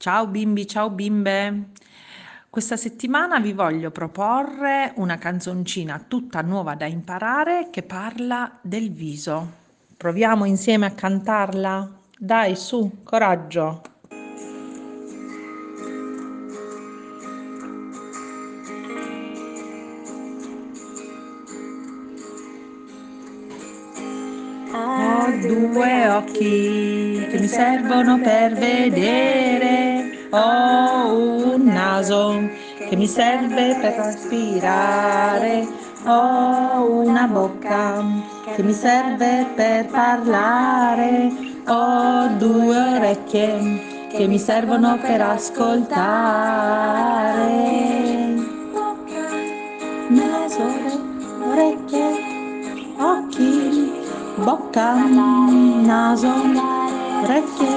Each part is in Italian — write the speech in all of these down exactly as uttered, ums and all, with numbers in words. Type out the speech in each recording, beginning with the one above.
Ciao bimbi, ciao bimbe. Questa settimana vi voglio proporre una canzoncina tutta nuova da imparare che parla del viso. Proviamo insieme a cantarla? Dai, su, coraggio. Ho due occhi che mi servono per vedere, ho un naso che mi serve per respirare, ho una bocca che mi serve per parlare, ho due orecchie che mi servono per ascoltare. Naso, orecchie, occhi, bocca, naso, orecchie,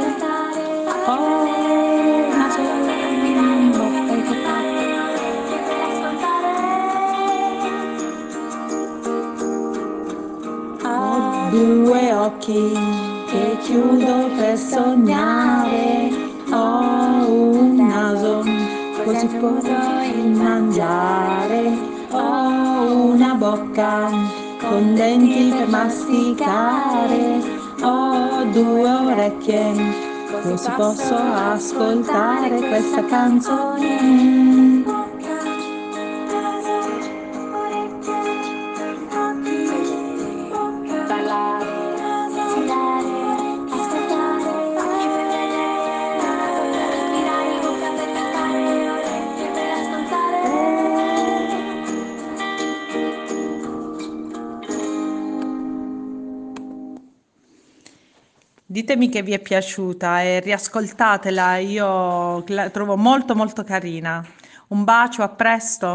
oh, naso, bocca, ho due occhi che chiudo per sognare, ho un naso così potrei mangiare, ho una bocca con denti per masticare, ho due orecchie così posso ascoltare questa canzone. Ditemi che vi è piaciuta e riascoltatela, io la trovo molto molto carina. Un bacio, a presto!